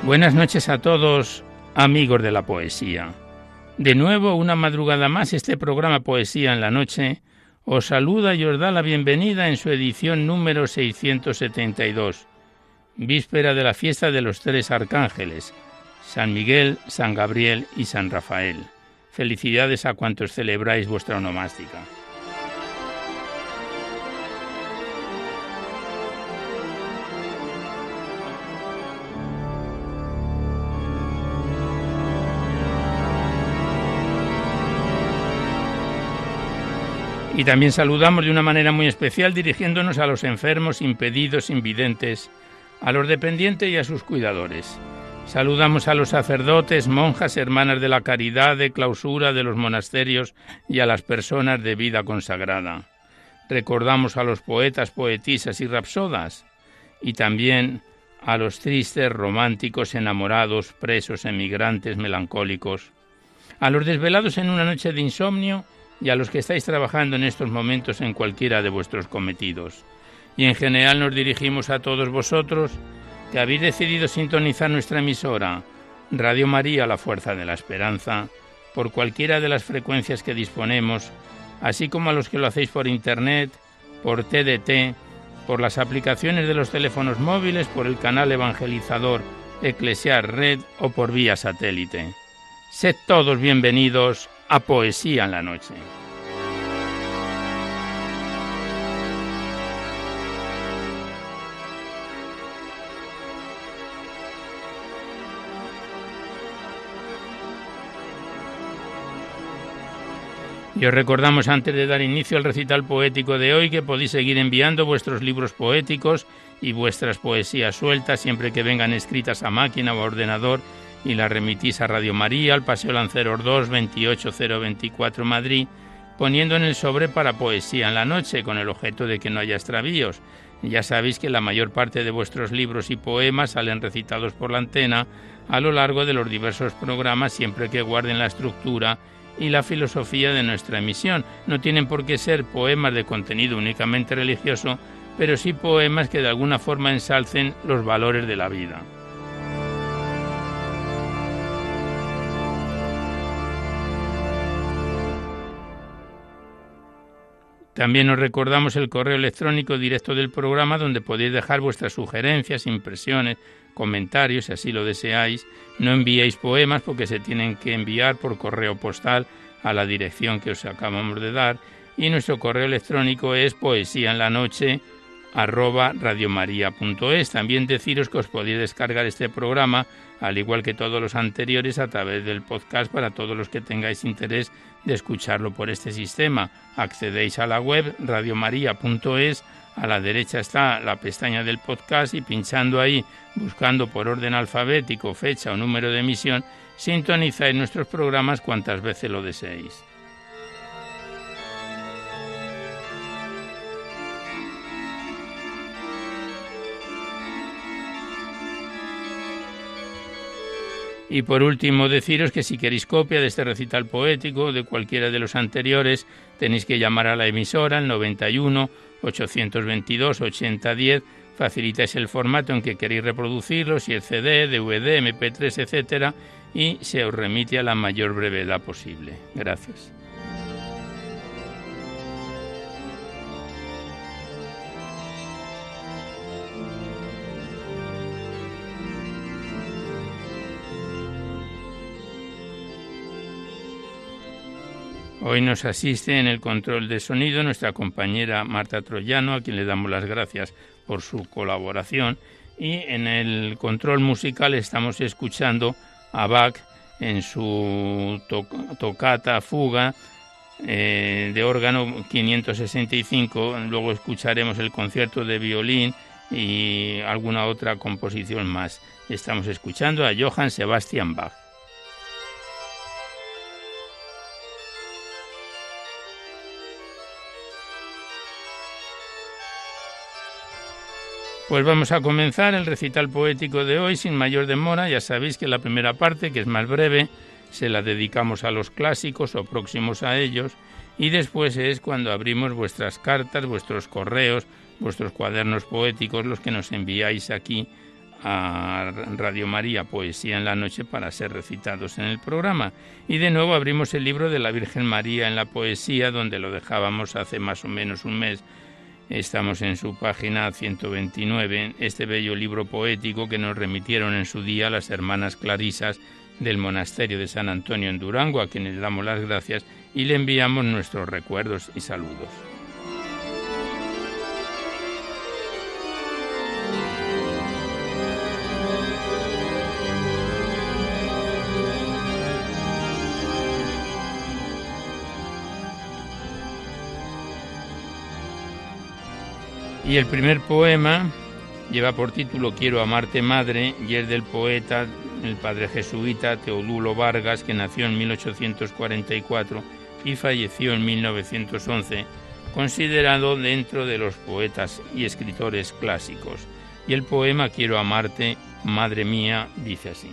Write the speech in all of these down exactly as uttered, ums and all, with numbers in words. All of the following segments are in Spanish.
Buenas noches a todos, amigos de la poesía. De nuevo, una madrugada más, este programa Poesía en la Noche os saluda y os da la bienvenida en su edición número seiscientos setenta y dos, víspera de la fiesta de los tres arcángeles, San Miguel, San Gabriel y San Rafael. Felicidades a cuantos celebráis vuestra onomástica. Y también saludamos de una manera muy especial dirigiéndonos a los enfermos, impedidos, invidentes, a los dependientes y a sus cuidadores. Saludamos a los sacerdotes, monjas, hermanas de la caridad, de clausura, de los monasterios y a las personas de vida consagrada. Recordamos a los poetas, poetisas y rapsodas y también a los tristes, románticos, enamorados, presos, emigrantes, melancólicos, a los desvelados en una noche de insomnio y a los que estáis trabajando en estos momentos en cualquiera de vuestros cometidos. Y en general nos dirigimos a todos vosotros que habéis decidido sintonizar nuestra emisora, Radio María, la Fuerza de la Esperanza, por cualquiera de las frecuencias que disponemos, así como a los que lo hacéis por Internet, por T D T, por las aplicaciones de los teléfonos móviles, por el canal evangelizador Eclesiar Red o por vía satélite. Sed todos bienvenidos a Poesía en la Noche. Y os recordamos antes de dar inicio al recital poético de hoy que podéis seguir enviando vuestros libros poéticos y vuestras poesías sueltas siempre que vengan escritas a máquina o a ordenador y las remitís a Radio María, al Paseo Lanceros dos, veintiocho cero veinticuatro Madrid, poniendo en el sobre para Poesía en la Noche, con el objeto de que no haya extravíos. Ya sabéis que la mayor parte de vuestros libros y poemas salen recitados por la antena a lo largo de los diversos programas, siempre que guarden la estructura y la filosofía de nuestra emisión. No tienen por qué ser poemas de contenido únicamente religioso, pero sí poemas que de alguna forma ensalcen los valores de la vida. También os recordamos el correo electrónico directo del programa donde podéis dejar vuestras sugerencias, impresiones, comentarios, si así lo deseáis. No enviéis poemas porque se tienen que enviar por correo postal a la dirección que os acabamos de dar. Y nuestro correo electrónico es poesiaenlanoche arroba radiomaria.es. También deciros que os podéis descargar este programa, al igual que todos los anteriores, a través del podcast para todos los que tengáis interés de escucharlo por este sistema. Accedéis a la web radiomaria punto es, a la derecha está la pestaña del podcast y pinchando ahí, buscando por orden alfabético, fecha o número de emisión, sintonizáis nuestros programas cuantas veces lo deseéis. Y por último deciros que si queréis copia de este recital poético o de cualquiera de los anteriores, tenéis que llamar a la emisora al noventa y uno, ochocientos veintidós, ochenta diez, facilitáis el formato en que queréis reproducirlo, si es C D, D V D, eme pe tres, etcétera, y se os remite a la mayor brevedad posible. Gracias. Hoy nos asiste en el control de sonido nuestra compañera Marta Troyano, a quien le damos las gracias por su colaboración, y en el control musical estamos escuchando a Bach en su to- tocata fuga eh, de órgano quinientos sesenta y cinco, luego escucharemos el concierto de violín y alguna otra composición más. Estamos escuchando a Johann Sebastian Bach. Pues vamos a comenzar el recital poético de hoy sin mayor demora. Ya sabéis que la primera parte, que es más breve, se la dedicamos a los clásicos o próximos a ellos, y después es cuando abrimos vuestras cartas, vuestros correos, vuestros cuadernos poéticos, los que nos enviáis aquí a Radio María Poesía en la Noche para ser recitados en el programa. Y de nuevo abrimos el libro de la Virgen María en la Poesía, donde lo dejábamos hace más o menos un mes. Estamos en su página ciento veintinueve, este bello libro poético que nos remitieron en su día las hermanas clarisas del monasterio de San Antonio en Durango, a quienes le damos las gracias y le enviamos nuestros recuerdos y saludos. Y el primer poema lleva por título Quiero amarte, madre, y es del poeta, el padre jesuita Teodulo Vargas, que nació en mil ochocientos cuarenta y cuatro y falleció en mil novecientos once, considerado dentro de los poetas y escritores clásicos. Y el poema Quiero amarte, madre mía, dice así.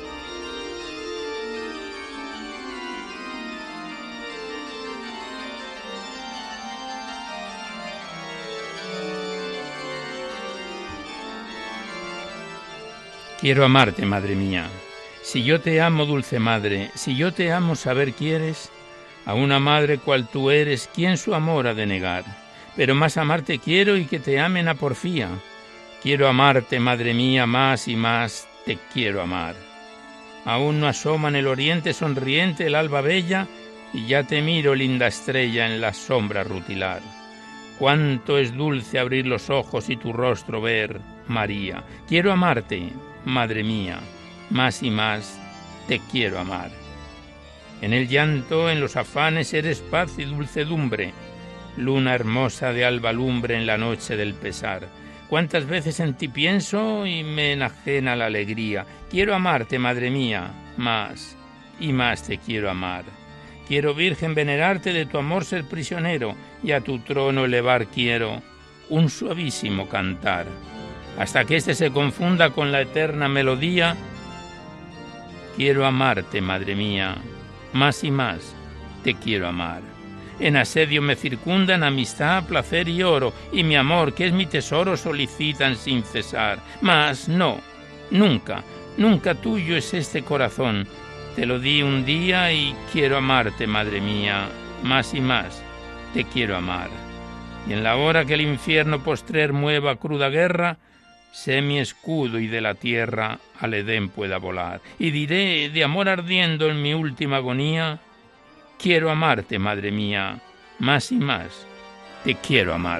Quiero amarte, madre mía. Si yo te amo, dulce madre, si yo te amo, saber quieres. A una madre cual tú eres, ¿quién su amor ha de negar? Pero más amarte quiero y que te amen a porfía. Quiero amarte, madre mía, más y más te quiero amar. Aún no asoma en el oriente sonriente el alba bella, y ya te miro, linda estrella, en la sombra rutilar. Cuánto es dulce abrir los ojos y tu rostro ver, María. Quiero amarte, madre mía, más y más te quiero amar. En el llanto, en los afanes, eres paz y dulcedumbre, luna hermosa de alba lumbre en la noche del pesar. Cuántas veces en ti pienso y me enajena la alegría. Quiero amarte, madre mía, más y más te quiero amar. Quiero, Virgen, venerarte, de tu amor ser prisionero, y a tu trono elevar quiero un suavísimo cantar. Hasta que éste se confunda con la eterna melodía. Quiero amarte, madre mía, más y más te quiero amar. En asedio me circundan amistad, placer y oro, y mi amor, que es mi tesoro, solicitan sin cesar. Mas no, nunca, nunca tuyo es este corazón. Te lo di un día y quiero amarte, madre mía, más y más te quiero amar. Y en la hora que el infierno postrer mueva cruda guerra, sé mi escudo y de la tierra al Edén pueda volar. Y diré, de amor ardiendo en mi última agonía, quiero amarte, madre mía, más y más te quiero amar.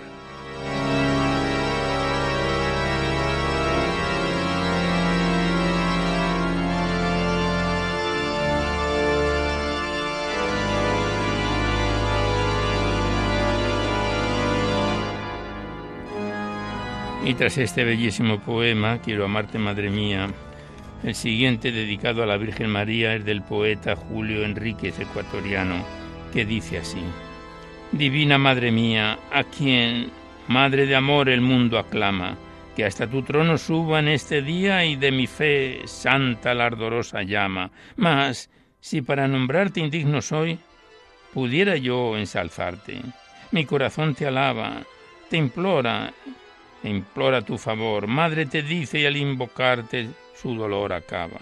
Y tras este bellísimo poema, Quiero amarte, madre mía, el siguiente, dedicado a la Virgen María, es del poeta Julio Enríquez, ecuatoriano, que dice así: Divina madre mía, a quien, madre de amor, el mundo aclama, que hasta tu trono suba en este día y de mi fe santa la ardorosa llama. Mas, si para nombrarte indigno soy, pudiera yo ensalzarte. Mi corazón te alaba, te implora, te implora tu favor. Madre te dice y al invocarte su dolor acaba.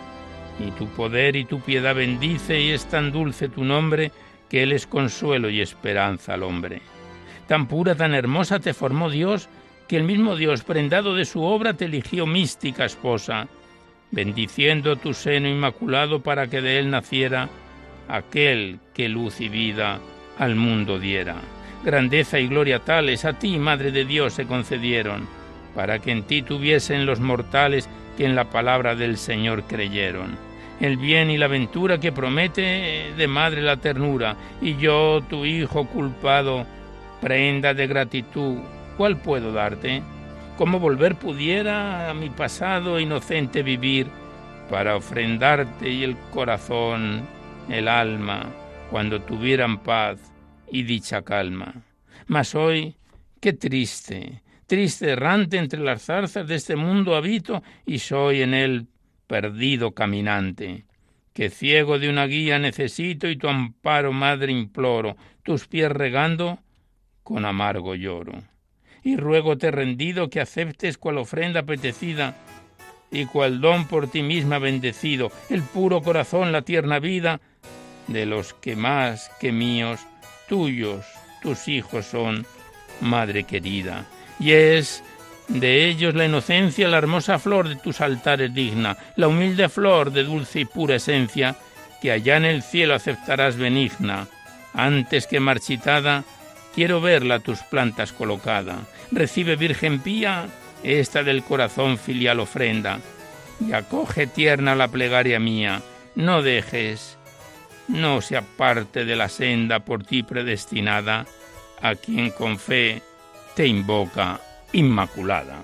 Y tu poder y tu piedad bendice, y es tan dulce tu nombre que él es consuelo y esperanza al hombre. Tan pura, tan hermosa te formó Dios, que el mismo Dios, prendado de su obra, te eligió mística esposa, bendiciendo tu seno inmaculado para que de él naciera aquel que luz y vida al mundo diera. Grandeza y gloria tales a ti, Madre de Dios, se concedieron, para que en ti tuviesen los mortales que en la palabra del Señor creyeron. El bien y la ventura que promete de madre la ternura, y yo, tu hijo culpado, prenda de gratitud, ¿cuál puedo darte? ¿Cómo volver pudiera a mi pasado inocente vivir, para ofrendarte y el corazón, el alma, cuando tuvieran paz y dicha calma? Mas hoy, qué triste, triste errante entre las zarzas de este mundo habito, y soy en él perdido caminante, que ciego de una guía necesito, y tu amparo, madre, imploro, tus pies regando con amargo lloro. Y ruégote rendido que aceptes cual ofrenda apetecida y cual don por ti misma bendecido, el puro corazón, la tierna vida, de los que más que míos, tuyos, tus hijos son, madre querida. Y es de ellos la inocencia, la hermosa flor de tus altares digna, la humilde flor de dulce y pura esencia, que allá en el cielo aceptarás benigna. Antes que marchitada, quiero verla tus plantas colocada. Recibe, Virgen pía, esta del corazón filial ofrenda, y acoge tierna la plegaria mía. No dejes, no se aparte de la senda por ti predestinada, a quien con fe te invoca, Inmaculada.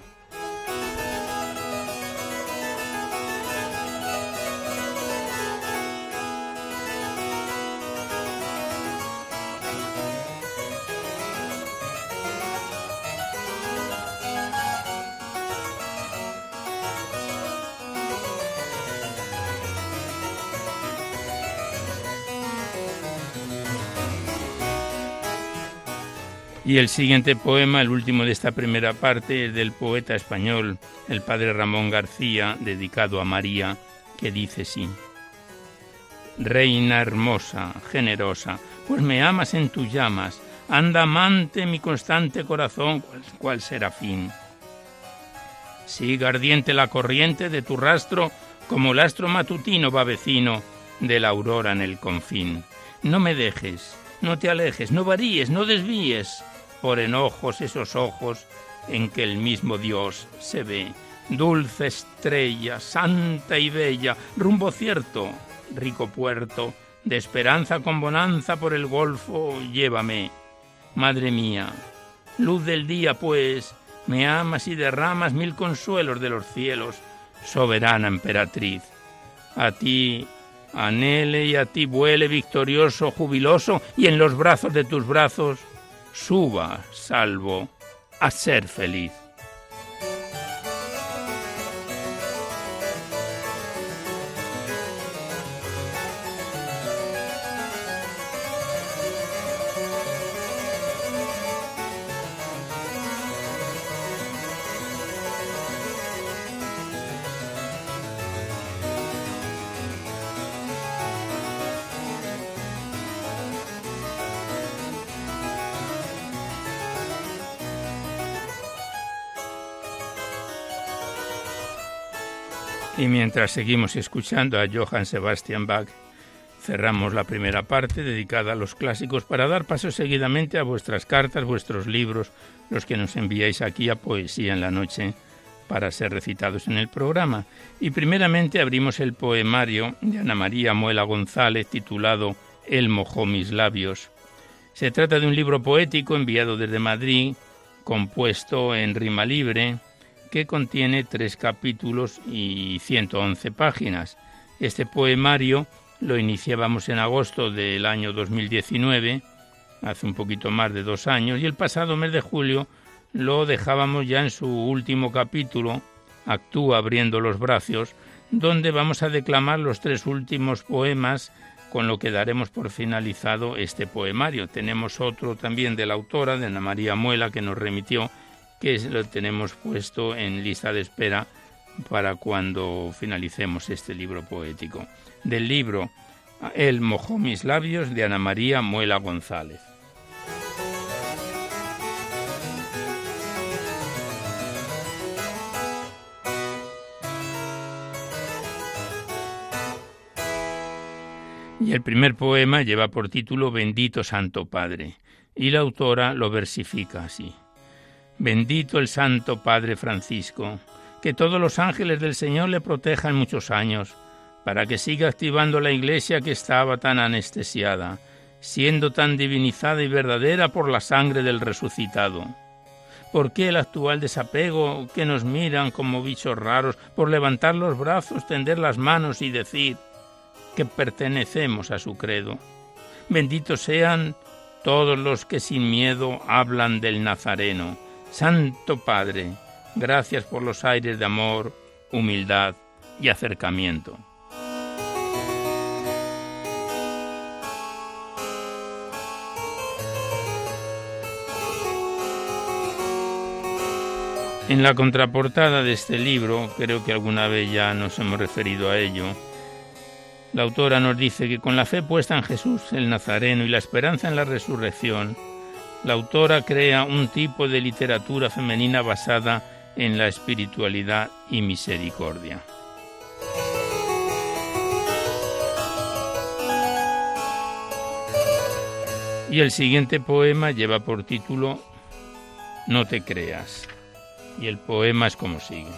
Y el siguiente poema, el último de esta primera parte, es del poeta español, el padre Ramón García, dedicado a María, que dice así: Reina hermosa, generosa, pues me amas en tus llamas, anda amante mi constante corazón, cual, cual serafín. Siga ardiente la corriente de tu rastro, como el astro matutino va vecino de la aurora en el confín. No me dejes, no te alejes, no varíes, no desvíes por enojos esos ojos en que el mismo Dios se ve. Dulce estrella, santa y bella, rumbo cierto, rico puerto, de esperanza con bonanza por el golfo, llévame. Madre mía, luz del día, pues, me amas y derramas mil consuelos de los cielos, soberana emperatriz. A ti anhele y a ti vuele victorioso, jubiloso, y en los brazos de tus brazos suba, salvo, a ser feliz. Y mientras seguimos escuchando a Johann Sebastian Bach, cerramos la primera parte dedicada a los clásicos para dar paso seguidamente a vuestras cartas, vuestros libros, los que nos enviáis aquí a Poesía en la Noche para ser recitados en el programa. Y primeramente abrimos el poemario de Ana María Muela González titulado Él mojó mis labios. Se trata de un libro poético enviado desde Madrid, compuesto en rima libre, que contiene tres capítulos y ciento once páginas. Este poemario lo iniciábamos en agosto del año dos mil diecinueve, hace un poquito más de dos años, y el pasado mes de julio lo dejábamos ya en su último capítulo, Actúa abriendo los brazos, donde vamos a declamar los tres últimos poemas, con lo que daremos por finalizado este poemario. Tenemos otro también de la autora, de Ana María Muela, que nos remitió, que lo tenemos puesto en lista de espera para cuando finalicemos este libro poético. Del libro Él mojó mis labios, de Ana María Muela González. Y el primer poema lleva por título Bendito Santo Padre, y la autora lo versifica así: Bendito el Santo Padre Francisco, que todos los ángeles del Señor le protejan muchos años, para que siga activando la Iglesia que estaba tan anestesiada, siendo tan divinizada y verdadera por la sangre del resucitado. ¿Por qué el actual desapego que nos miran como bichos raros por levantar los brazos, tender las manos y decir que pertenecemos a su credo? Benditos sean todos los que sin miedo hablan del Nazareno. Santo Padre, gracias por los aires de amor, humildad y acercamiento. En la contraportada de este libro, creo que alguna vez ya nos hemos referido a ello, la autora nos dice que con la fe puesta en Jesús el Nazareno y la esperanza en la resurrección, la autora crea un tipo de literatura femenina basada en la espiritualidad y misericordia. Y el siguiente poema lleva por título No te creas. Y el poema es como sigue.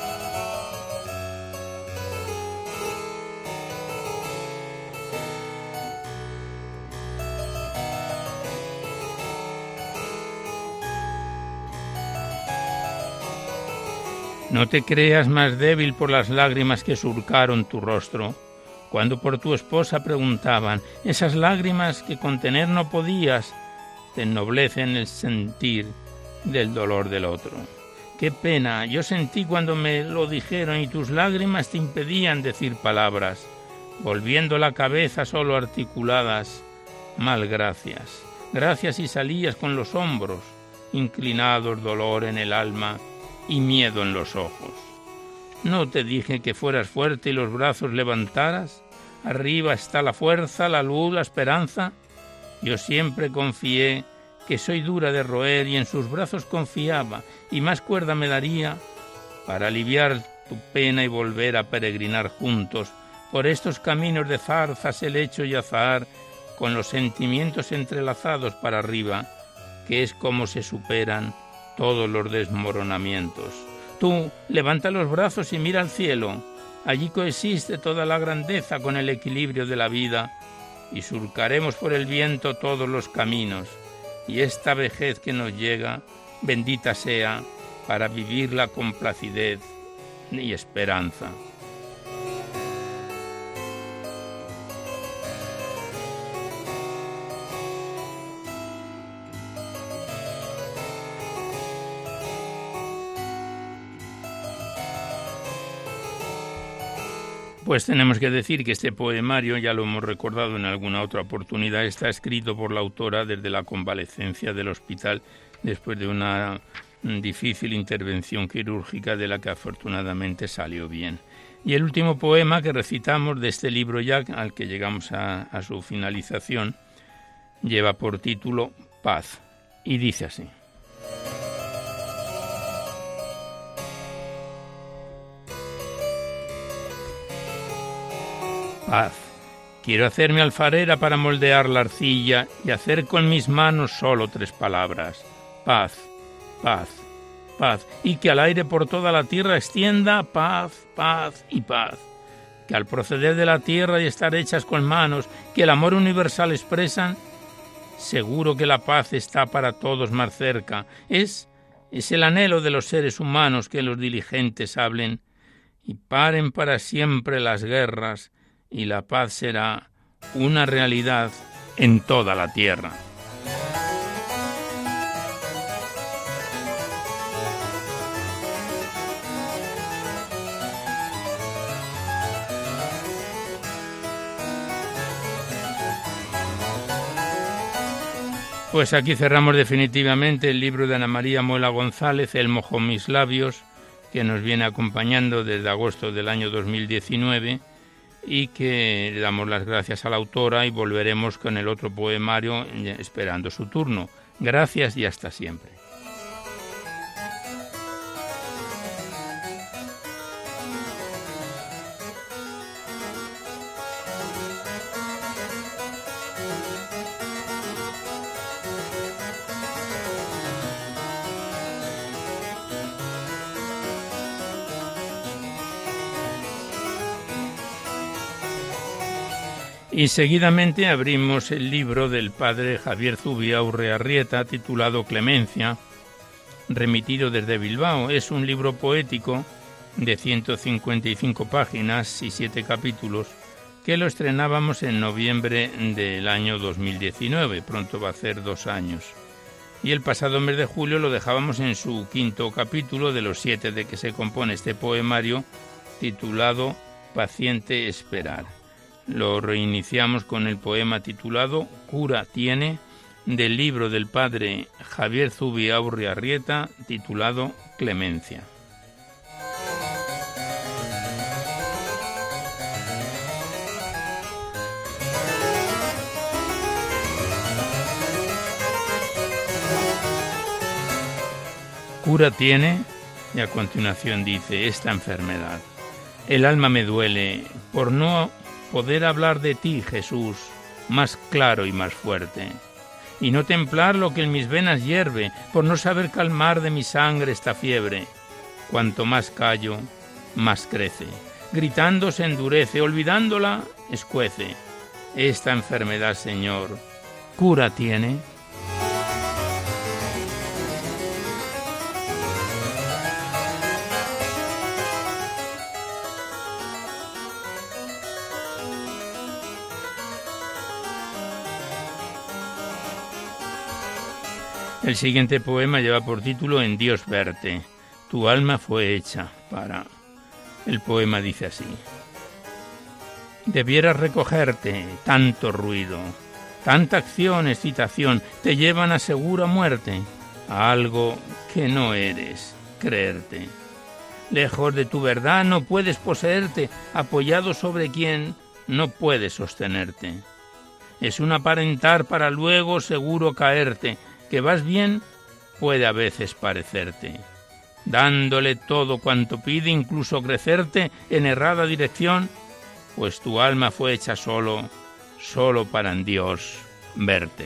No te creas más débil por las lágrimas que surcaron tu rostro, cuando por tu esposa preguntaban, esas lágrimas que contener no podías, te ennoblecen el sentir del dolor del otro. Qué pena, yo sentí cuando me lo dijeron y tus lágrimas te impedían decir palabras, volviendo la cabeza solo articuladas, mal gracias. Gracias y salías con los hombros, inclinados, dolor en el alma y miedo en los ojos. ¿No te dije que fueras fuerte y los brazos levantaras? Arriba está la fuerza, la luz, la esperanza. Yo siempre confié que soy dura de roer y en sus brazos confiaba, y más cuerda me daría para aliviar tu pena y volver a peregrinar juntos por estos caminos de zarzas, helecho y azahar, con los sentimientos entrelazados para arriba, que es como se superan todos los desmoronamientos. Tú, levanta los brazos y mira al cielo. Allí coexiste toda la grandeza con el equilibrio de la vida, y surcaremos por el viento todos los caminos. Y esta vejez que nos llega, bendita sea, para vivirla con placidez y esperanza. Pues tenemos que decir que este poemario, ya lo hemos recordado en alguna otra oportunidad, está escrito por la autora desde la convalecencia del hospital después de una difícil intervención quirúrgica de la que afortunadamente salió bien. Y el último poema que recitamos de este libro ya, al que llegamos a, a su finalización, lleva por título Paz, y dice así. Paz. Quiero hacerme alfarera para moldear la arcilla y hacer con mis manos solo tres palabras. Paz, paz, paz. Y que al aire por toda la tierra extienda paz, paz y paz. Que al proceder de la tierra y estar hechas con manos que el amor universal expresan, seguro que la paz está para todos más cerca. Es, es el anhelo de los seres humanos que los diligentes hablen y paren para siempre las guerras, y la paz será una realidad en toda la tierra. Pues aquí cerramos definitivamente el libro de Ana María Muela González, El mojó mis labios, que nos viene acompañando desde agosto del año dos mil diecinueve, y que le damos las gracias a la autora y volveremos con el otro poemario esperando su turno. Gracias y hasta siempre. Y seguidamente abrimos el libro del padre Javier Zubiaurre Arrieta, titulado Clemencia, remitido desde Bilbao. Es un libro poético de ciento cincuenta y cinco páginas y siete capítulos, que lo estrenábamos en noviembre del año dos mil diecinueve, pronto va a hacer dos años. Y el pasado mes de julio lo dejábamos en su quinto capítulo de los siete de que se compone este poemario, titulado Paciente esperar. Lo reiniciamos con el poema titulado Cura tiene, del libro del padre Javier Zubiaurri Arrieta, titulado Clemencia. Cura tiene, y a continuación dice, esta enfermedad. El alma me duele por no poder hablar de ti, Jesús, más claro y más fuerte, y no templar lo que en mis venas hierve, por no saber calmar de mi sangre esta fiebre. Cuanto más callo, más crece. Gritando se endurece, olvidándola, escuece. Esta enfermedad, Señor, ¿cura tiene? El siguiente poema lleva por título En Dios verte. Tu alma fue hecha para... El poema dice así. Debieras recogerte, tanto ruido, tanta acción, excitación, te llevan a segura muerte, a algo que no eres, creerte. Lejos de tu verdad no puedes poseerte, apoyado sobre quien no puedes sostenerte. Es un aparentar para luego seguro caerte, que vas bien puede a veces parecerte, dándole todo cuanto pide, incluso crecerte en errada dirección, pues tu alma fue hecha solo, solo para en Dios verte.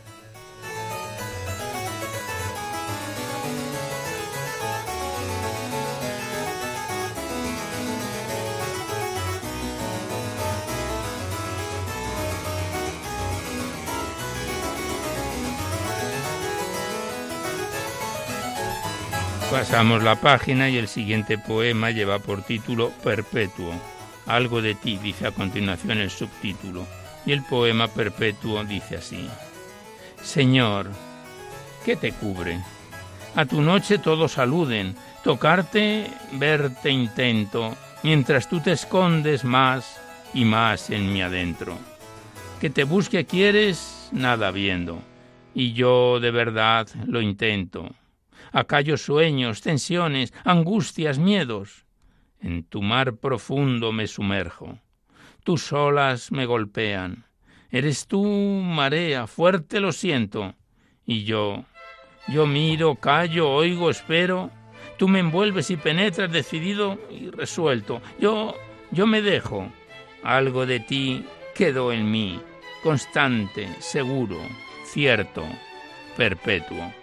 Pasamos la página y el siguiente poema lleva por título Perpetuo. Algo de ti, dice a continuación el subtítulo. Y el poema Perpetuo dice así. Señor, ¿qué te cubre? A tu noche todos saluden, tocarte, verte intento, mientras tú te escondes más y más en mi adentro. Que te busque quieres, nada viendo, y yo de verdad lo intento. Acallo sueños, tensiones, angustias, miedos. En tu mar profundo me sumerjo. Tus olas me golpean. Eres tú, marea, fuerte lo siento. Y yo, yo miro, callo, oigo, espero. Tú me envuelves y penetras decidido y resuelto. Yo, yo me dejo. Algo de ti quedó en mí, constante, seguro, cierto, perpetuo.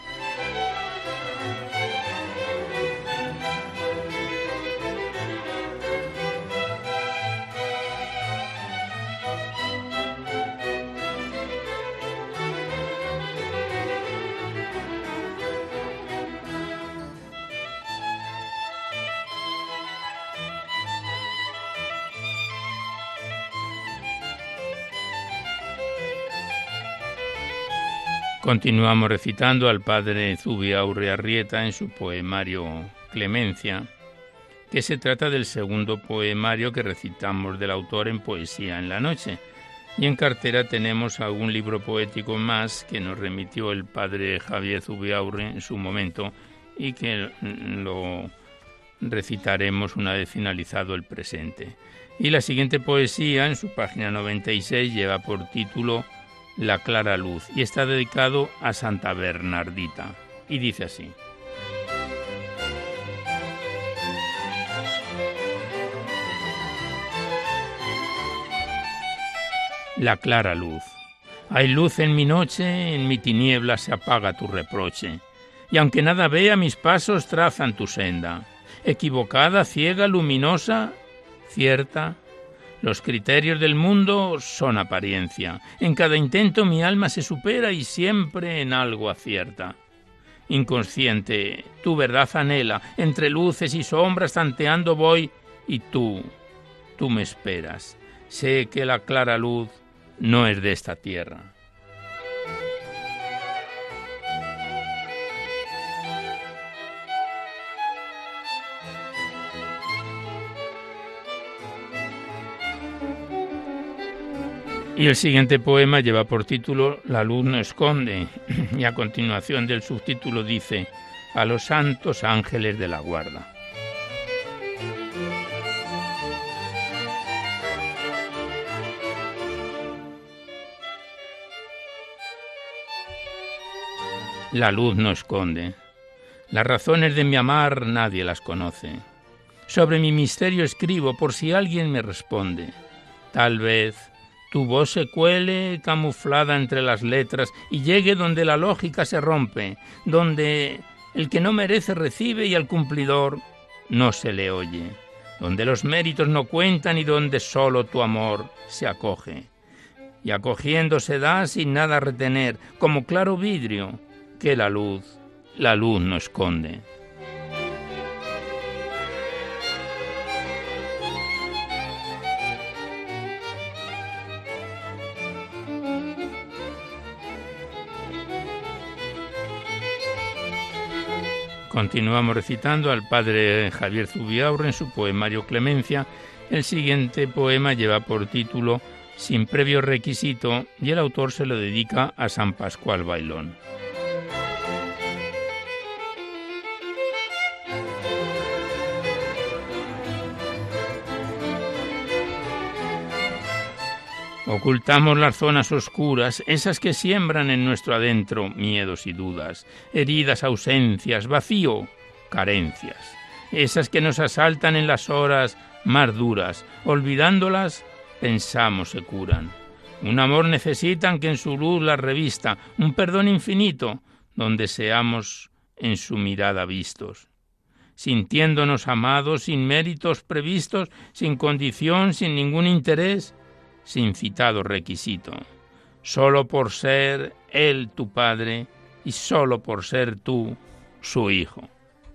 Continuamos recitando al padre Zubiaurri Arrieta en su poemario Clemencia, que se trata del segundo poemario que recitamos del autor en Poesía en la Noche. Y en cartera tenemos algún libro poético más que nos remitió el padre Javier Zubiaurri en su momento y que lo recitaremos una vez finalizado el presente. Y la siguiente poesía, en su página noventa y seis, lleva por título La clara luz y está dedicado a Santa Bernardita y dice así. La clara luz. Hay luz en mi noche, en mi tiniebla se apaga tu reproche, y aunque nada vea, mis pasos trazan tu senda, equivocada, ciega, luminosa, cierta. Los criterios del mundo son apariencia. En cada intento mi alma se supera y siempre en algo acierta. Inconsciente, tu verdad anhela, entre luces y sombras tanteando voy, y tú, tú me esperas. Sé que la clara luz no es de esta tierra. Y el siguiente poema lleva por título La luz no esconde, y a continuación del subtítulo dice: A los santos ángeles de la guarda. La luz no esconde. Las razones de mi amar nadie las conoce. Sobre mi misterio escribo por si alguien me responde. Tal vez tu voz se cuele camuflada entre las letras y llegue donde la lógica se rompe, donde el que no merece recibe y al cumplidor no se le oye, donde los méritos no cuentan y donde solo tu amor se acoge. Y acogiendo se da sin nada retener, como claro vidrio que la luz, la luz no esconde. Continuamos recitando al padre Javier Zubiaurre en su poemario Clemencia. El siguiente poema lleva por título Sin previo requisito y el autor se lo dedica a San Pascual Bailón. Ocultamos las zonas oscuras, esas que siembran en nuestro adentro miedos y dudas, heridas, ausencias, vacío, carencias, esas que nos asaltan en las horas más duras, olvidándolas, pensamos se curan. Un amor necesitan que en su luz las revista, un perdón infinito, donde seamos en su mirada vistos. Sintiéndonos amados, sin méritos previstos, sin condición, sin ningún interés, sin citado requisito, solo por ser Él tu Padre y solo por ser tú su Hijo.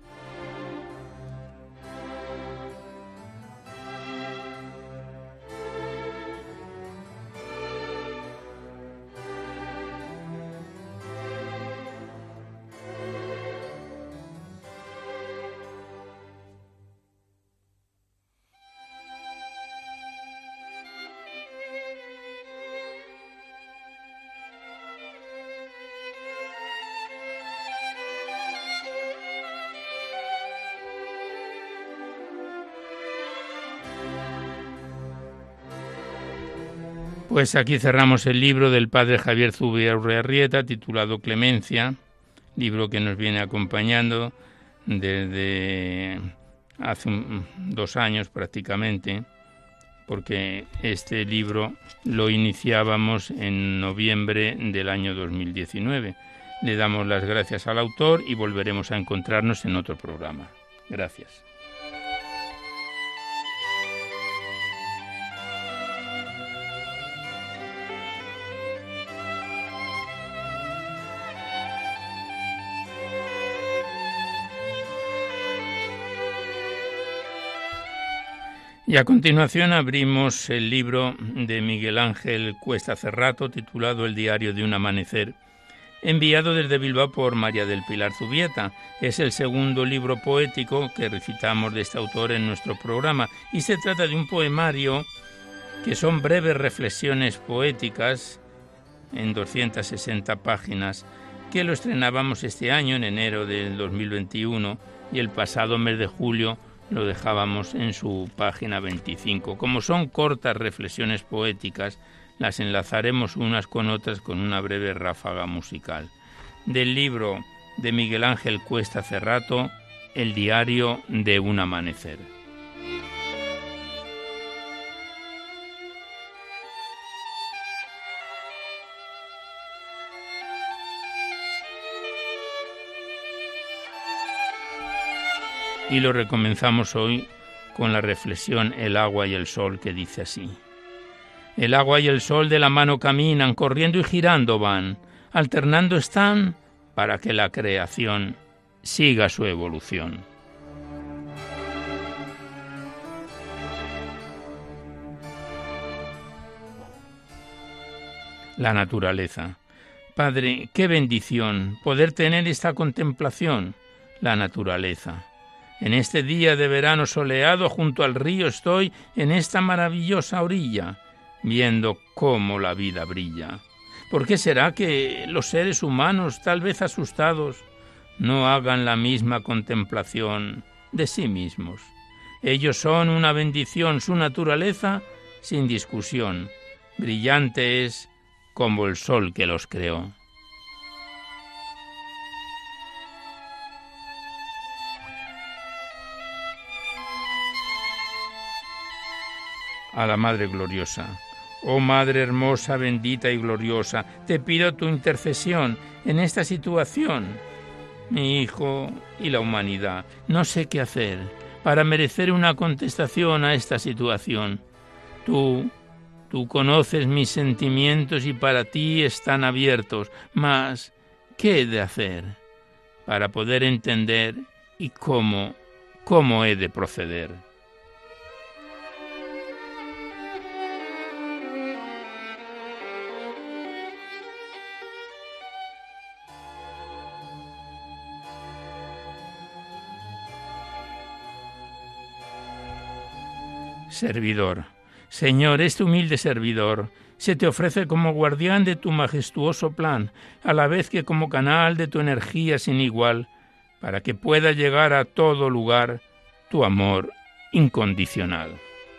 Pues aquí cerramos el libro del padre Javier Zubiaurre Arrieta, titulado Clemencia, libro que nos viene acompañando desde hace un, dos años prácticamente, porque este libro lo iniciábamos en noviembre del año dos mil diecinueve. Le damos las gracias al autor y volveremos a encontrarnos en otro programa. Gracias. Y a continuación abrimos el libro de Miguel Ángel Cuesta Cerrato, titulado El diario de un amanecer, enviado desde Bilbao por María del Pilar Zubieta. Es el segundo libro poético que recitamos de este autor en nuestro programa y se trata de un poemario que son breves reflexiones poéticas en doscientas sesenta páginas que lo estrenábamos este año en enero del dos mil veintiuno y el pasado mes de julio lo dejábamos en su página veinticinco. Como son cortas reflexiones poéticas, las enlazaremos unas con otras con una breve ráfaga musical. Del libro de Miguel Ángel Cuesta Cerrato, El diario de un amanecer. Y lo recomenzamos hoy con la reflexión El agua y el sol, que dice así: El agua y el sol de la mano caminan, corriendo y girando van, alternando están para que la creación siga su evolución. La naturaleza. Padre, qué bendición poder tener esta contemplación. La naturaleza. En este día de verano soleado junto al río estoy en esta maravillosa orilla. viendo cómo la vida brilla. ¿Por qué será que los seres humanos, tal vez asustados, no hagan la misma contemplación de sí mismos? Ellos son una bendición, su naturaleza, sin discusión, brillante es como el sol que los creó. A la Madre Gloriosa. Oh Madre hermosa, bendita y gloriosa, te pido tu intercesión en esta situación. Mi hijo y la humanidad, no sé qué hacer para merecer una contestación a esta situación. Tú, tú conoces mis sentimientos y para ti están abiertos, mas ¿qué he de hacer para poder entender y cómo, cómo he de proceder? Servidor. Señor, este humilde servidor se te ofrece como guardián de tu majestuoso plan, a la vez que como canal de tu energía sin igual, para que pueda llegar a todo lugar tu amor incondicional.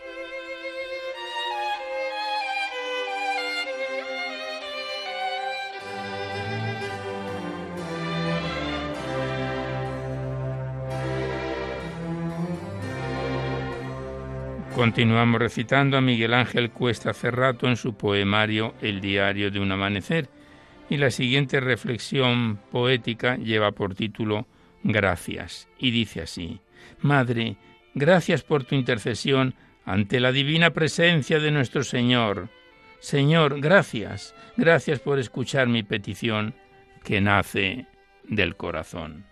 Continuamos recitando a Miguel Ángel Cuesta Cerrato en su poemario El diario de un amanecer, y la siguiente reflexión poética lleva por título Gracias, y dice así: Madre, gracias por tu intercesión ante la divina presencia de nuestro Señor. Señor, gracias, gracias por escuchar mi petición que nace del corazón.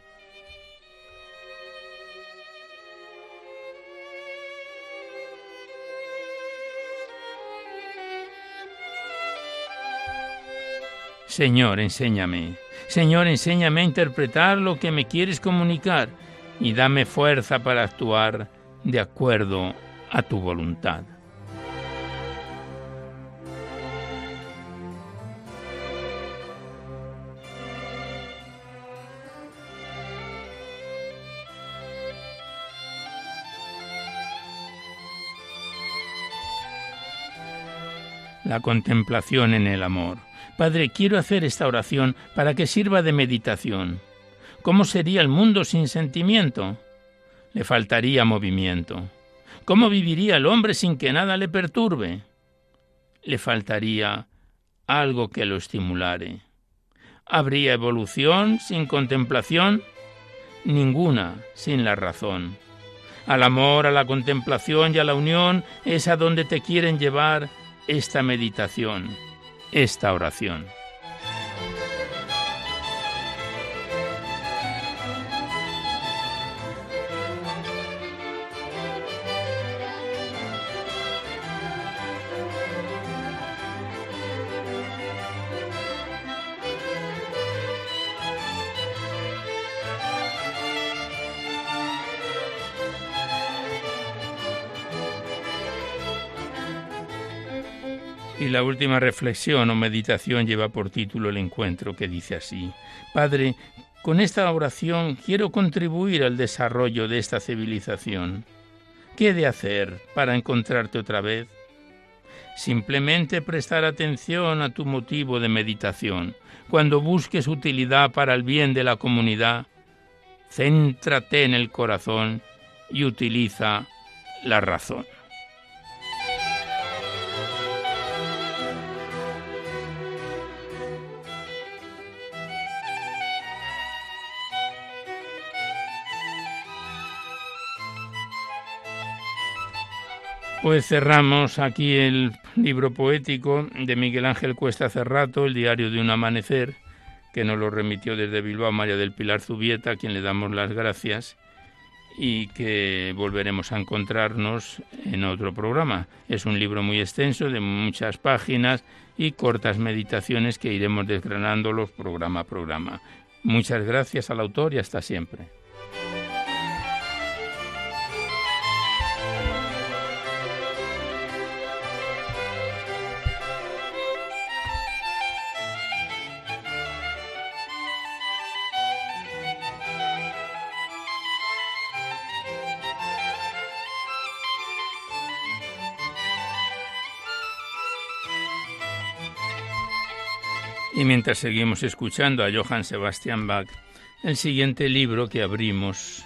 Señor, enséñame. Señor, enséñame a interpretar lo que me quieres comunicar y dame fuerza para actuar de acuerdo a tu voluntad. La contemplación en el amor. Padre, quiero hacer esta oración para que sirva de meditación. ¿Cómo sería el mundo sin sentimiento? Le faltaría movimiento. ¿Cómo viviría el hombre sin que nada le perturbe? Le faltaría algo que lo estimulare. ¿Habría evolución sin contemplación? Ninguna sin la razón. Al amor, a la contemplación y a la unión es a donde te quieren llevar esta meditación, esta oración. Y la última reflexión o meditación lleva por título el encuentro, que dice así: Padre, con esta oración quiero contribuir al desarrollo de esta civilización. ¿Qué he de hacer para encontrarte otra vez? Simplemente prestar atención a tu motivo de meditación. Cuando busques utilidad para el bien de la comunidad, céntrate en el corazón y utiliza la razón. Pues cerramos aquí el libro poético de Miguel Ángel Cuesta Cerrato, El diario de un amanecer, que nos lo remitió desde Bilbao María del Pilar Zubieta, a quien le damos las gracias, y que volveremos a encontrarnos en otro programa. Es un libro muy extenso, de muchas páginas y cortas meditaciones que iremos desgranándolos programa a programa. Muchas gracias al autor y hasta siempre. Y mientras seguimos escuchando a Johann Sebastian Bach, el siguiente libro que abrimos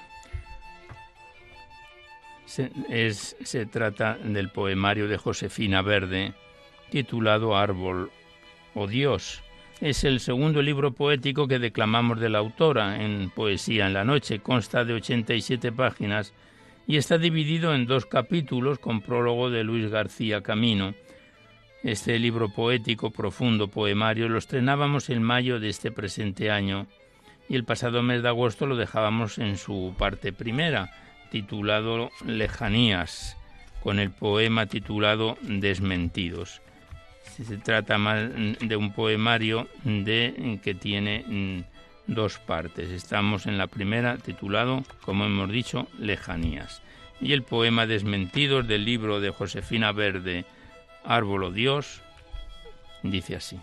se, es, se trata del poemario de Josefina Verde, titulado Árbol o Dios. Es el segundo libro poético que declamamos de la autora en Poesía en la Noche. Consta de ochenta y siete páginas y está dividido en dos capítulos con prólogo de Luis García Camino. Este libro poético, profundo poemario, lo estrenábamos en mayo de este presente año y el pasado mes de agosto lo dejábamos en su parte primera, titulado Lejanías, con el poema titulado Desmentidos. Se trata más de un poemario de, que tiene dos partes. Estamos en la primera, titulado, como hemos dicho, Lejanías. Y el poema Desmentidos del libro de Josefina Verde, Árbol o Dios, dice así.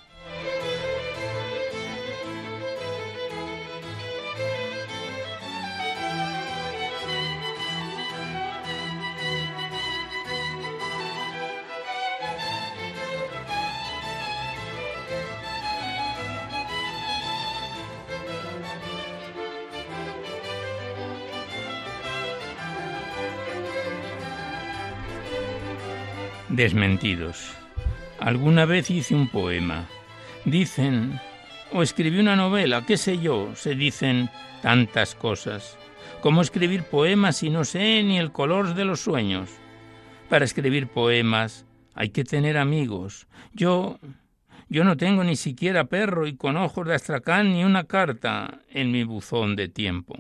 Desmentidos. Alguna vez hice un poema. Dicen, o escribí una novela, qué sé yo, se dicen tantas cosas. ¿Cómo escribir poemas si no sé ni el color de los sueños? Para escribir poemas hay que tener amigos. Yo, yo no tengo ni siquiera perro y con ojos de astracán ni una carta en mi buzón de tiempo.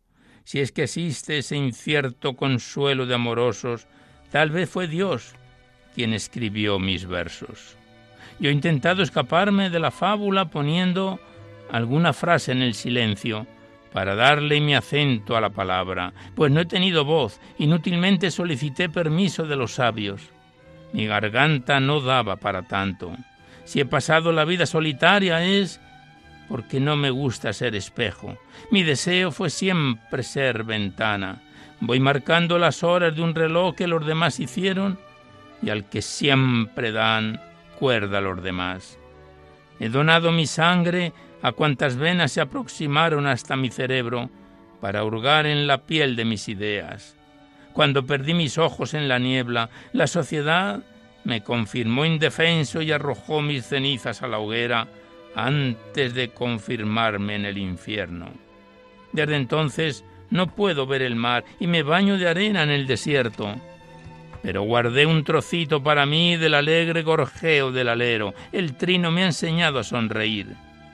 Si es que existe ese incierto consuelo de amorosos, tal vez fue Dios quien escribió mis versos. Yo he intentado escaparme de la fábula poniendo alguna frase en el silencio para darle mi acento a la palabra, pues no he tenido voz, inútilmente solicité permiso de los sabios. Mi garganta no daba para tanto. Si he pasado la vida solitaria es porque no me gusta ser espejo. Mi deseo fue siempre ser ventana. Voy marcando las horas de un reloj que los demás hicieron y al que siempre dan cuerda a los demás. He donado mi sangre a cuantas venas se aproximaron hasta mi cerebro para hurgar en la piel de mis ideas. Cuando perdí mis ojos en la niebla, la sociedad me confirmó indefenso y arrojó mis cenizas a la hoguera antes de confirmarme en el infierno. Desde entonces no puedo ver el mar y me baño de arena en el desierto. Pero guardé un trocito para mí del alegre gorjeo del alero. El trino me ha enseñado a sonreír.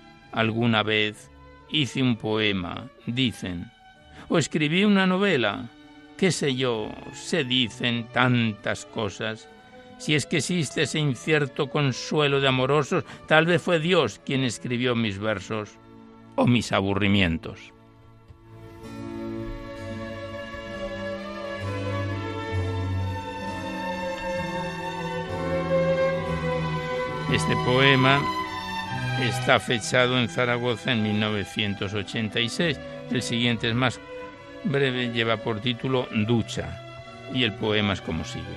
Alguna vez hice un poema, dicen, o escribí una novela. Qué sé yo, se dicen tantas cosas. Si es que existe ese incierto consuelo de amorosos, tal vez fue Dios quien escribió mis versos o mis aburrimientos. Este poema está fechado en Zaragoza en mil novecientos ochenta y seis. El siguiente es más breve, lleva por título Ducha, y el poema es como sigue.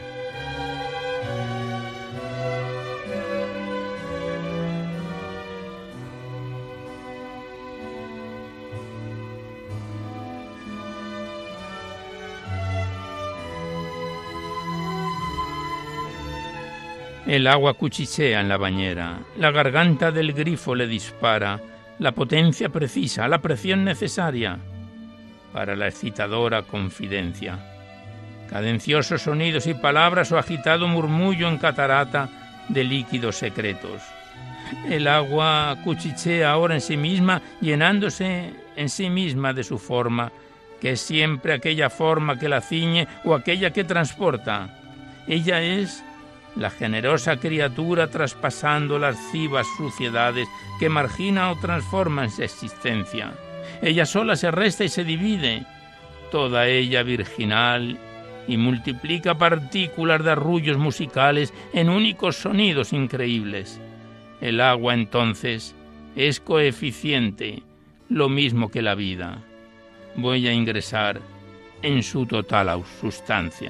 El agua cuchichea en la bañera, la garganta del grifo le dispara la potencia precisa, la presión necesaria para la excitadora confidencia. Cadenciosos sonidos y palabras o agitado murmullo en catarata de líquidos secretos. El agua cuchichea ahora en sí misma, llenándose en sí misma de su forma, que es siempre aquella forma que la ciñe o aquella que transporta. Ella es la generosa criatura traspasando las lascivas suciedades que margina o transforma en su existencia. Ella sola se resta y se divide, toda ella virginal, y multiplica partículas de arrullos musicales en únicos sonidos increíbles. El agua, entonces, es coeficiente, lo mismo que la vida. Voy a ingresar en su total sustancia.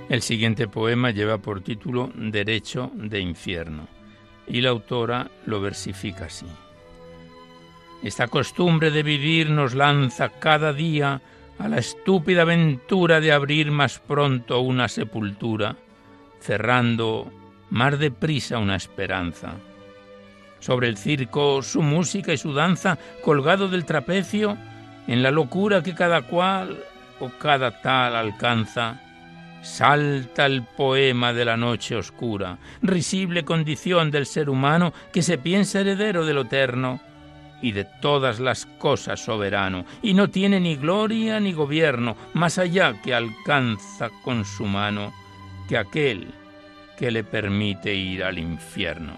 El siguiente poema lleva por título Derecho de infierno y la autora lo versifica así. Esta costumbre de vivir nos lanza cada día a la estúpida aventura de abrir más pronto una sepultura, cerrando más deprisa una esperanza. Sobre el circo su música y su danza, colgado del trapecio, en la locura que cada cual o cada tal alcanza, salta el poema de la noche oscura, risible condición del ser humano que se piensa heredero de lo eterno y de todas las cosas soberano, y no tiene ni gloria ni gobierno más allá que alcanza con su mano que aquel que le permite ir al infierno.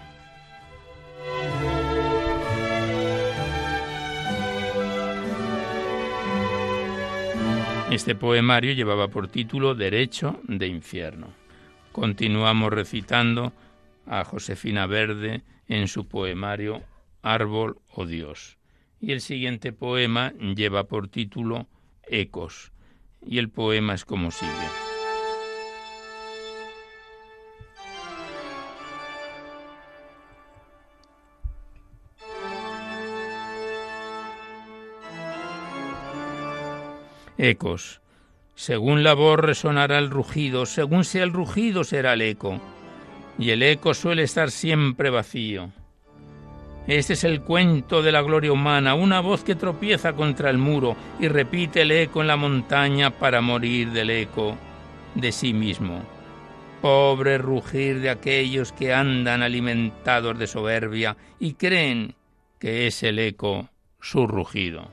Este poemario llevaba por título Derecho de infierno. Continuamos recitando a Josefina Verde en su poemario Árbol o Dios. Y el siguiente poema lleva por título Ecos. Y el poema es como sigue. Ecos. Según la voz resonará el rugido, según sea el rugido será el eco, y el eco suele estar siempre vacío. Este es el cuento de la gloria humana, una voz que tropieza contra el muro y repite el eco en la montaña para morir del eco de sí mismo. Pobre rugir de aquellos que andan alimentados de soberbia y creen que es el eco su rugido.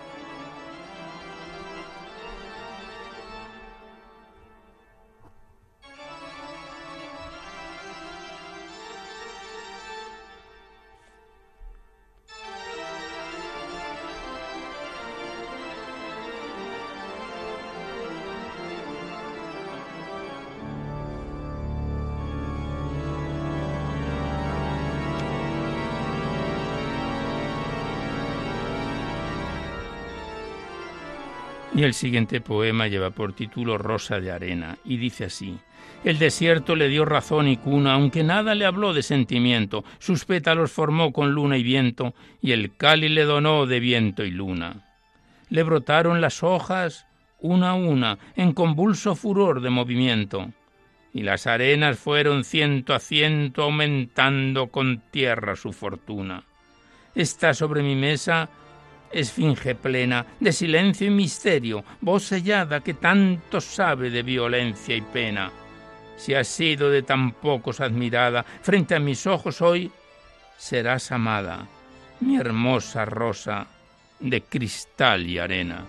Y el siguiente poema lleva por título Rosa de arena y dice así: el desierto le dio razón y cuna, aunque nada le habló de sentimiento, sus pétalos formó con luna y viento, y el cáliz le donó de viento y luna. Le brotaron las hojas una a una, en convulso furor de movimiento, y las arenas fueron ciento a ciento aumentando con tierra su fortuna. Está sobre mi mesa esfinge plena de silencio y misterio, voz sellada que tanto sabe de violencia y pena. Si has sido de tan pocos admirada, frente a mis ojos hoy serás amada, mi hermosa rosa de cristal y arena.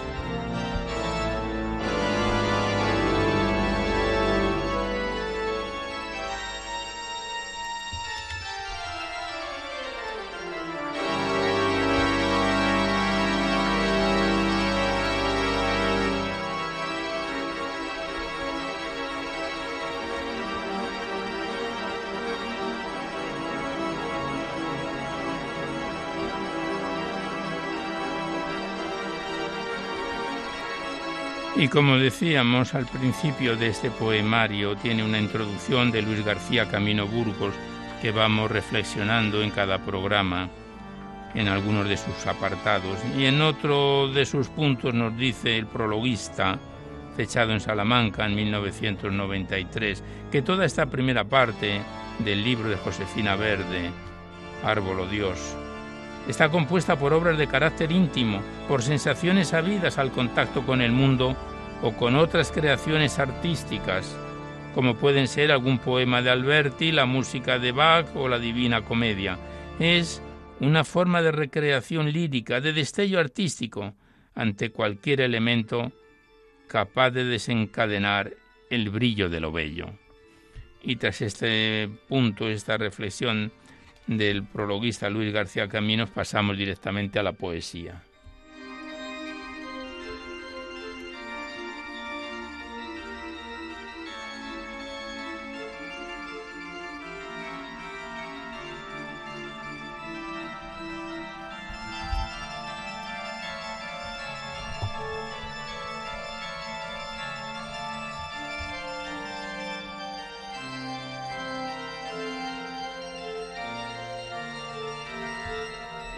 Y como decíamos al principio de este poemario, tiene una introducción de Luis García Camino Burgos que vamos reflexionando en cada programa, en algunos de sus apartados. Y en otro de sus puntos nos dice el prologuista, fechado en Salamanca en mil novecientos noventa y tres, que toda esta primera parte del libro de Josefina Verde, Árbol o Dios, está compuesta por obras de carácter íntimo, por sensaciones habidas al contacto con el mundo o con otras creaciones artísticas, como pueden ser algún poema de Alberti, la música de Bach o la Divina Comedia. Es una forma de recreación lírica, de destello artístico, ante cualquier elemento capaz de desencadenar el brillo de lo bello. Y tras este punto, esta reflexión del prologuista Luis García Caminos, pasamos directamente a la poesía.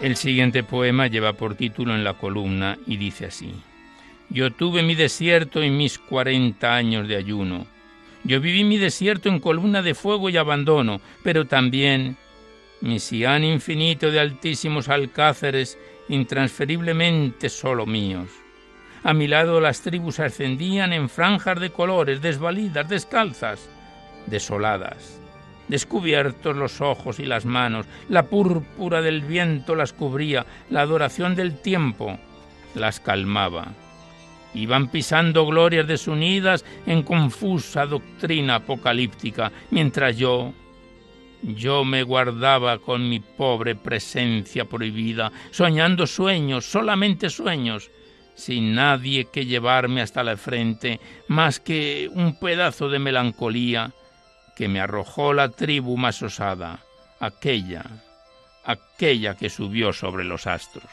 El siguiente poema lleva por título En la columna y dice así: Yo tuve mi desierto y mis cuarenta años de ayuno. Yo viví mi desierto en columna de fuego y abandono, pero también mi Sián infinito de altísimos alcázares intransferiblemente solo míos. A mi lado las tribus ascendían en franjas de colores, desvalidas, descalzas, desoladas. Descubiertos los ojos y las manos, la púrpura del viento las cubría, la adoración del tiempo las calmaba. Iban pisando glorias desunidas en confusa doctrina apocalíptica, mientras yo, yo me guardaba con mi pobre presencia prohibida, soñando sueños, solamente sueños, sin nadie que llevarme hasta la frente, más que un pedazo de melancolía que me arrojó la tribu más osada, aquella, aquella que subió sobre los astros.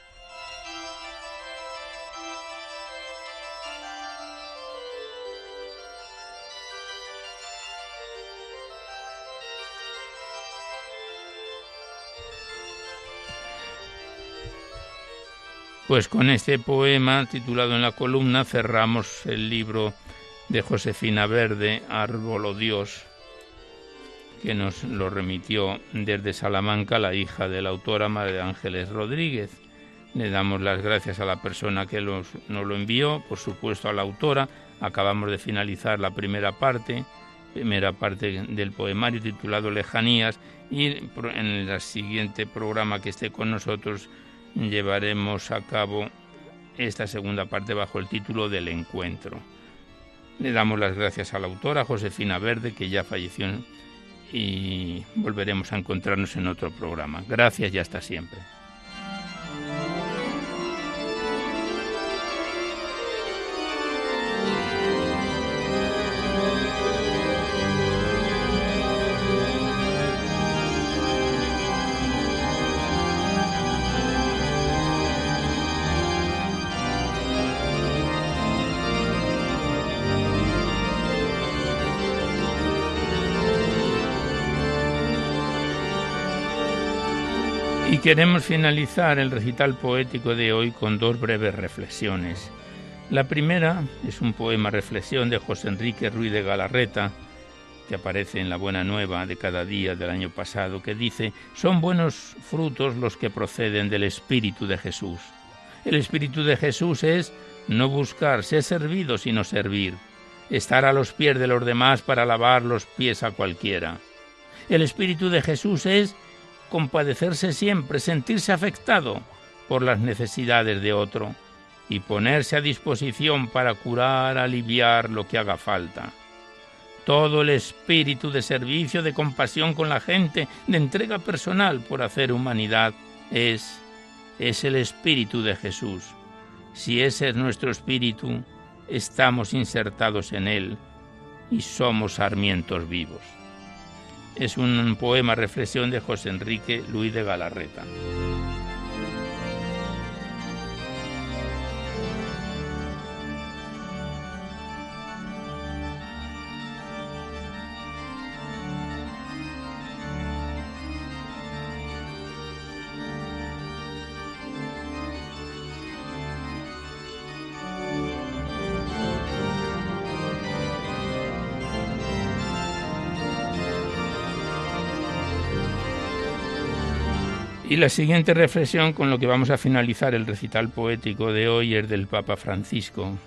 Pues con este poema titulado En la columna cerramos el libro de Josefina Verde, Árbol o Dios, que nos lo remitió desde Salamanca la hija de la autora María Ángeles Rodríguez. Le damos las gracias a la persona que los, nos lo envió, por supuesto a la autora. Acabamos de finalizar la primera parte, primera parte del poemario titulado Lejanías, y en el siguiente programa que esté con nosotros llevaremos a cabo esta segunda parte bajo el título del Encuentro. Le damos las gracias a la autora Josefina Verde, que ya falleció, y volveremos a encontrarnos en otro programa. Gracias y hasta siempre. Y queremos finalizar el recital poético de hoy con dos breves reflexiones. La primera es un poema reflexión de José Enrique Ruiz de Galarreta, que aparece en La Buena Nueva de cada día del año pasado, que dice: son buenos frutos los que proceden del Espíritu de Jesús. El Espíritu de Jesús es no buscar ser servido, sino servir, estar a los pies de los demás para lavar los pies a cualquiera. El Espíritu de Jesús es compadecerse siempre, sentirse afectado por las necesidades de otro y ponerse a disposición para curar, aliviar lo que haga falta. Todo el espíritu de servicio, de compasión con la gente, de entrega personal por hacer humanidad, es, es el espíritu de Jesús. Si ese es nuestro espíritu, estamos insertados en él y somos sarmientos vivos. Es un poema reflexión de José Enrique Ruiz de Galarreta. Y la siguiente reflexión con lo que vamos a finalizar el recital poético de hoy es del Papa Francisco.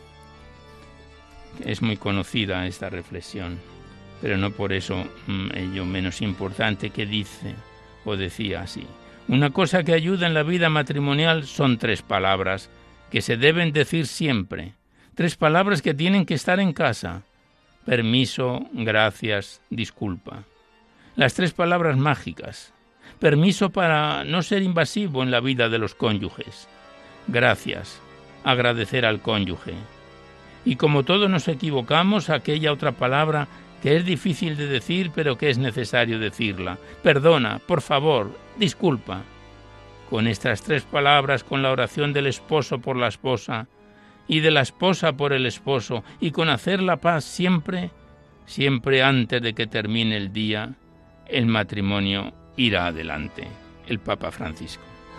Es muy conocida esta reflexión, pero no por eso ello menos importante, que dice o decía así: una cosa que ayuda en la vida matrimonial son tres palabras que se deben decir siempre, tres palabras que tienen que estar en casa: permiso, gracias, disculpa. Las tres palabras mágicas. Permiso para no ser invasivo en la vida de los cónyuges. Gracias, agradecer al cónyuge. Y como todos nos equivocamos, aquella otra palabra que es difícil de decir, pero que es necesario decirla: perdona, por favor, disculpa. Con estas tres palabras, con la oración del esposo por la esposa y de la esposa por el esposo, y con hacer la paz siempre, siempre antes de que termine el día, el matrimonio irá adelante. El Papa Francisco.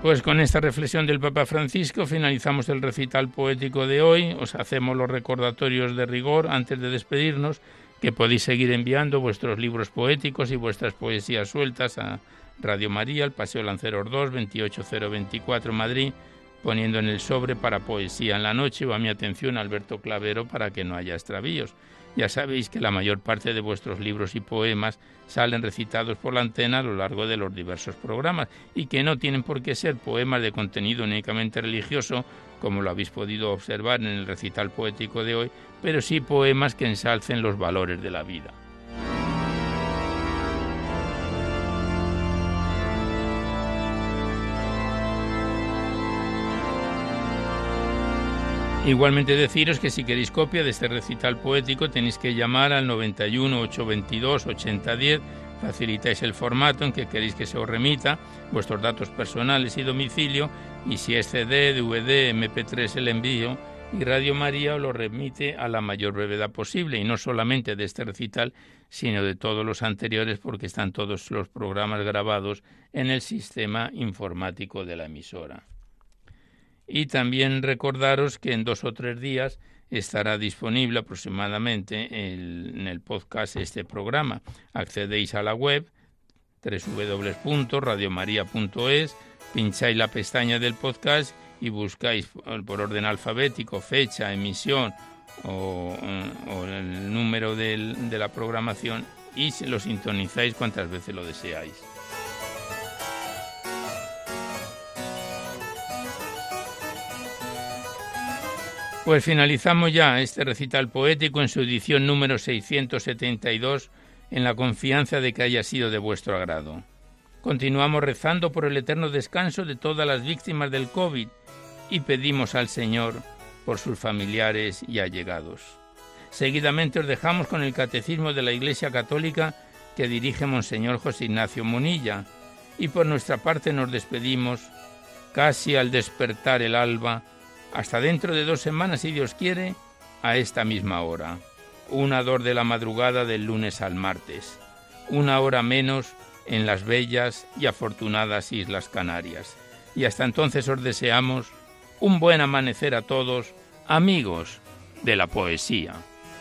Pues con esta reflexión del Papa Francisco finalizamos el recital poético de hoy. Os hacemos los recordatorios de rigor antes de despedirnos, que podéis seguir enviando vuestros libros poéticos y vuestras poesías sueltas a Radio María, al Paseo Lanceros dos, veintiocho cero veinticuatro, Madrid, poniendo en el sobre para Poesía en la Noche o a mi atención Alberto Clavero para que no haya extravíos. Ya sabéis que la mayor parte de vuestros libros y poemas salen recitados por la antena a lo largo de los diversos programas y que no tienen por qué ser poemas de contenido únicamente religioso, como lo habéis podido observar en el recital poético de hoy, pero sí poemas que ensalcen los valores de la vida. Igualmente deciros que si queréis copia de este recital poético tenéis que llamar al noventa y uno, ochocientos veintidós, ochenta diez, facilitáis el formato en que queréis que se os remita, vuestros datos personales y domicilio, y si es C D, D V D, eme pe tres el envío, y Radio María os lo remite a la mayor brevedad posible, y no solamente de este recital, sino de todos los anteriores, porque están todos los programas grabados en el sistema informático de la emisora. Y también recordaros que en dos o tres días estará disponible aproximadamente el, en el podcast este programa. Accedéis a la web doble u doble u doble u punto radio maría punto es, pincháis la pestaña del podcast y buscáis por orden alfabético fecha, emisión o, o el número del, de la programación y lo sintonizáis cuantas veces lo deseáis. Pues finalizamos ya este recital poético en su edición número seiscientos setenta y dos, en la confianza de que haya sido de vuestro agrado. Continuamos rezando por el eterno descanso de todas las víctimas del COVID y pedimos al Señor por sus familiares y allegados. Seguidamente os dejamos con el Catecismo de la Iglesia Católica que dirige Monseñor José Ignacio Munilla, y por nuestra parte nos despedimos casi al despertar el alba. Hasta dentro de dos semanas, si Dios quiere, a esta misma hora. Una hora de la madrugada del lunes al martes. Una hora menos en las bellas y afortunadas Islas Canarias. Y hasta entonces os deseamos un buen amanecer a todos, amigos de la poesía.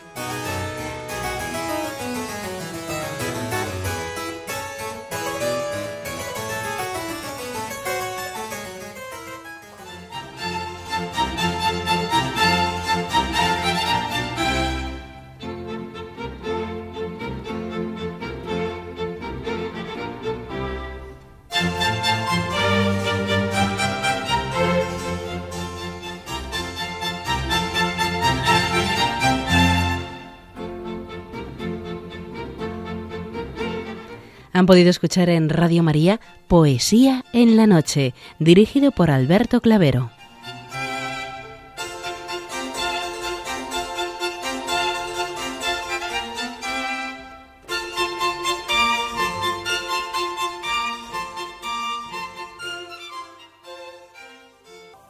Han podido escuchar en Radio María Poesía en la Noche, dirigido por Alberto Clavero.